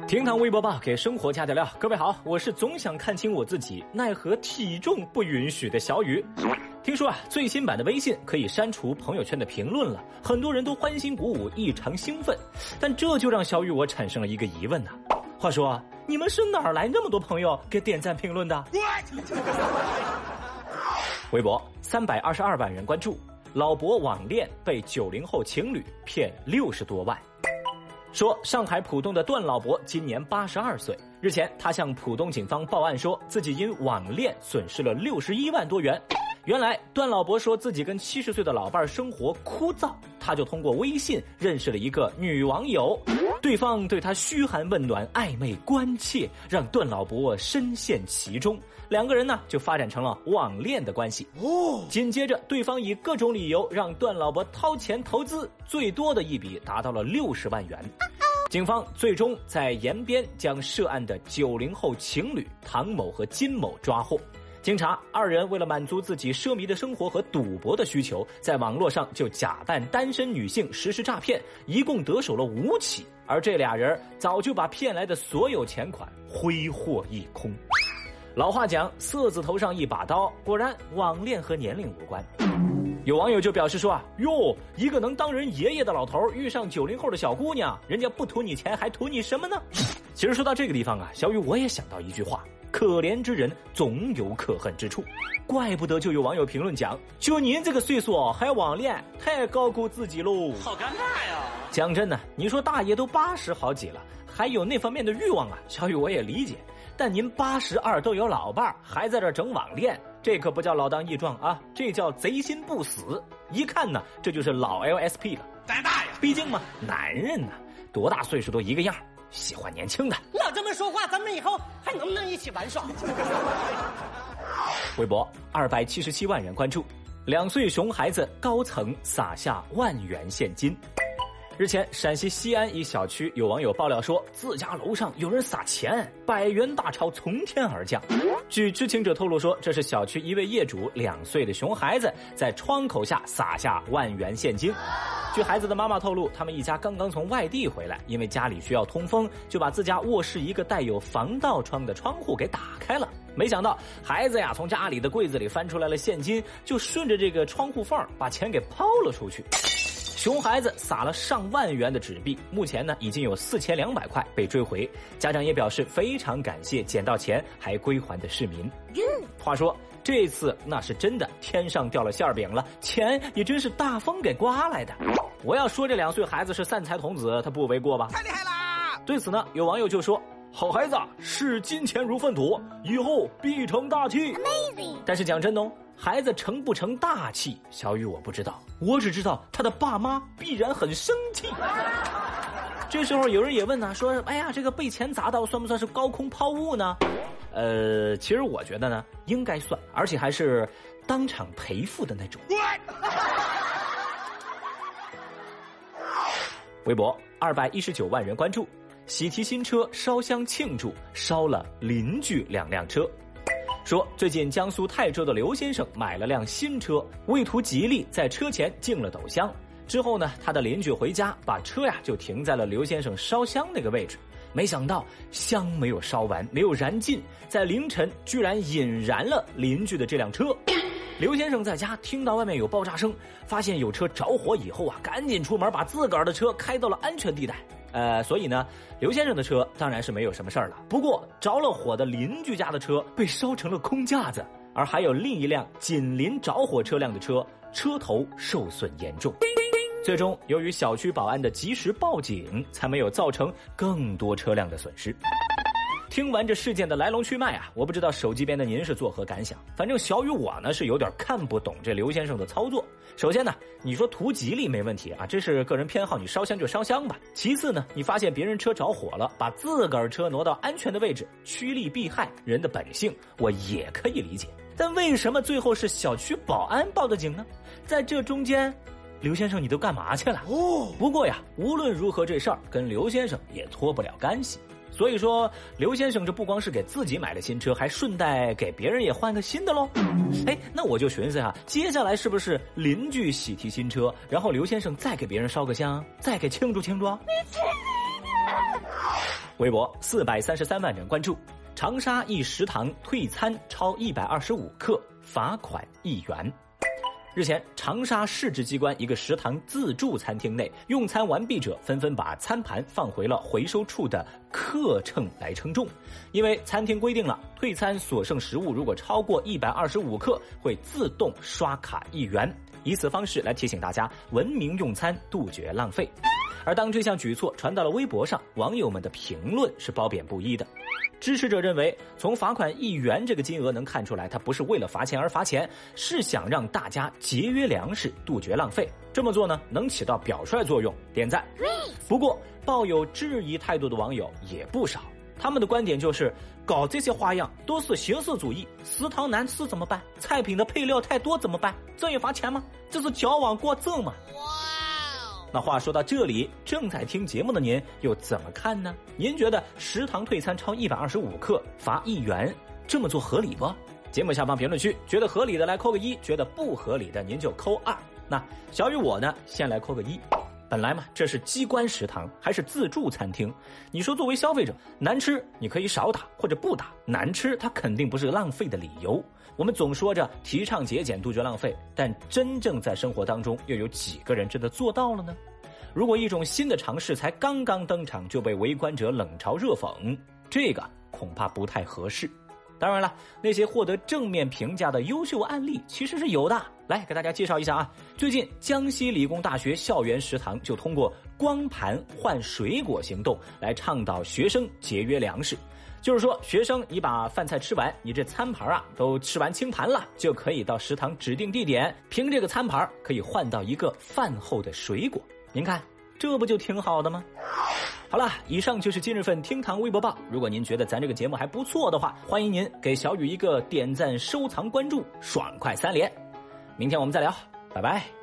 厅堂微博报，给生活加点料。各位好，我是总想看清我自己，奈何体重不允许的小雨。听说最新版的微信可以删除朋友圈的评论了，很多人都欢欣鼓舞，异常兴奋。但这就让小雨我产生了一个疑问话说，你们是哪儿来那么多朋友给点赞评论的？微博322万人关注，老伯网恋被90后情侣骗60多万。说上海浦东的段老伯今年82岁，日前他向浦东警方报案说自己因网恋损失了61万多元。原来段老伯说自己跟70岁的老伴生活枯燥，他就通过微信认识了一个女网友，对方对他嘘寒问暖，暧昧关切，让段老伯深陷其中，两个人呢就发展成了网恋的关系。紧接着对方以各种理由让段老伯掏钱投资，最多的一笔达到了60万元。警方最终在延边将涉案的90后情侣唐某和金某抓获。经查，二人为了满足自己奢靡的生活和赌博的需求，在网络上就假扮单身女性实施诈骗，一共得手了5起，而这俩人早就把骗来的所有钱款挥霍一空。老话讲，色字头上一把刀，果然网恋和年龄无关。有网友就表示说哟，一个能当人爷爷的老头遇上90后的小姑娘，人家不图你钱还图你什么呢？其实说到这个地方小雨我也想到一句话，可怜之人总有可恨之处，怪不得就有网友评论讲，就您这个岁数还网恋，太高估自己喽， 好尴尬呀。 讲真的，你说大爷都80好几了，还有那方面的欲望小雨我也理解，但您82都有老伴还在这整网恋，这可不叫老当益壮这叫贼心不死，一看呢这就是老 LSP 了， 胆大呀。 毕竟嘛，男人多大岁数都一个样，喜欢年轻的。 老这么说话，咱们以后还能不能一起玩耍？ 微博277万人关注，2岁熊孩子高层撒下1万元现金。日前，陕西西安一小区有网友爆料说，自家楼上有人撒钱，100元大钞从天而降。据知情者透露说，这是小区一位业主2岁的熊孩子在窗口下撒下1万元现金。据孩子的妈妈透露，他们一家刚刚从外地回来，因为家里需要通风，就把自家卧室一个带有防盗窗的窗户给打开了。没想到孩子从家里的柜子里翻出来了现金，就顺着这个窗户缝把钱给抛了出去。熊孩子撒了上万元的纸币，目前已经有4200块被追回。家长也表示非常感谢捡到钱还归还的市民。话说这次那是真的天上掉了馅饼了，钱也真是大风给刮来的。我要说这2岁孩子是散财童子，他不为过吧？ 太厉害啦！ 对此有网友就说，好孩子视金钱如粪土，以后必成大器。Amazing！ 但是讲真孩子成不成大器，小雨我不知道，我只知道他的爸妈必然很生气。这时候有人也问说，哎呀，这个被钱砸到算不算是高空抛物呢？其实我觉得应该算，而且还是当场赔付的那种。微博219万人关注，喜提新车烧香庆祝，烧了邻居2辆车。说最近江苏泰州的刘先生买了辆新车，为图吉利在车前敬了斗香，之后他的邻居回家把车就停在了刘先生烧香那个位置，没想到香没有烧完，没有燃尽，在凌晨居然引燃了邻居的这辆车。刘先生在家听到外面有爆炸声，发现有车着火以后赶紧出门把自个儿的车开到了安全地带。所以刘先生的车当然是没有什么事儿了。不过着了火的邻居家的车被烧成了空架子，而还有另一辆紧邻着火车辆的车头受损严重。最终由于小区保安的及时报警，才没有造成更多车辆的损失。听完这事件的来龙去脉我不知道手机边的您是作何感想。反正小雨我是有点看不懂这刘先生的操作。首先你说图吉利没问题这是个人偏好，你烧香就烧香吧。其次你发现别人车着火了，把自个儿车挪到安全的位置，趋利避害，人的本性我也可以理解。但为什么最后是小区保安报的警呢？在这中间刘先生你都干嘛去了？不过无论如何这事儿跟刘先生也脱不了干系。所以说刘先生这不光是给自己买了新车，还顺带给别人也换个新的咯。那我就寻思接下来是不是邻居喜提新车，然后刘先生再给别人烧个香，再给庆祝庆祝？你去你的！ 微博433万人关注。长沙一食堂退餐超125克，罚款1元。日前，长沙市直机关一个食堂自助餐厅内，用餐完毕者纷纷把餐盘放回了回收处的克秤来称重。因为餐厅规定了，退餐所剩食物如果超过125克，会自动刷卡1元，以此方式来提醒大家文明用餐，杜绝浪费。而当这项举措传到了微博上，网友们的评论是褒贬不一的。支持者认为，从罚款1元这个金额能看出来，他不是为了罚钱而罚钱，是想让大家节约粮食，杜绝浪费。这么做呢，能起到表率作用，点赞。不过，抱有质疑态度的网友也不少，他们的观点就是，搞这些花样都是形式主义，食堂难吃怎么办？菜品的配料太多怎么办？这也罚钱吗？这是矫枉过正吗？那话说到这里，正在听节目的您又怎么看呢？您觉得食堂退餐超125克罚1元，这么做合理不？节目下方评论区，觉得合理的来扣个1，觉得不合理的您就扣2。那小雨我呢，先来扣个1。本来嘛，这是机关食堂，还是自助餐厅，你说作为消费者，难吃你可以少打或者不打，难吃它肯定不是浪费的理由。我们总说着提倡节俭杜绝浪费，但真正在生活当中又有几个人真的做到了呢？如果一种新的尝试才刚刚登场就被围观者冷嘲热讽，这个恐怕不太合适。当然了，那些获得正面评价的优秀案例其实是有的，来给大家介绍一下啊。最近江西理工大学校园食堂就通过光盘换水果行动来倡导学生节约粮食。就是说，学生你把饭菜吃完，你这餐盘啊都吃完清盘了，就可以到食堂指定地点，凭这个餐盘可以换到一个饭后的水果。您看，这不就挺好的吗？好了，以上就是今日份厅堂微博报。如果您觉得咱这个节目还不错的话，欢迎您给小雨一个点赞、收藏、关注，爽快3连。明天我们再聊，拜拜。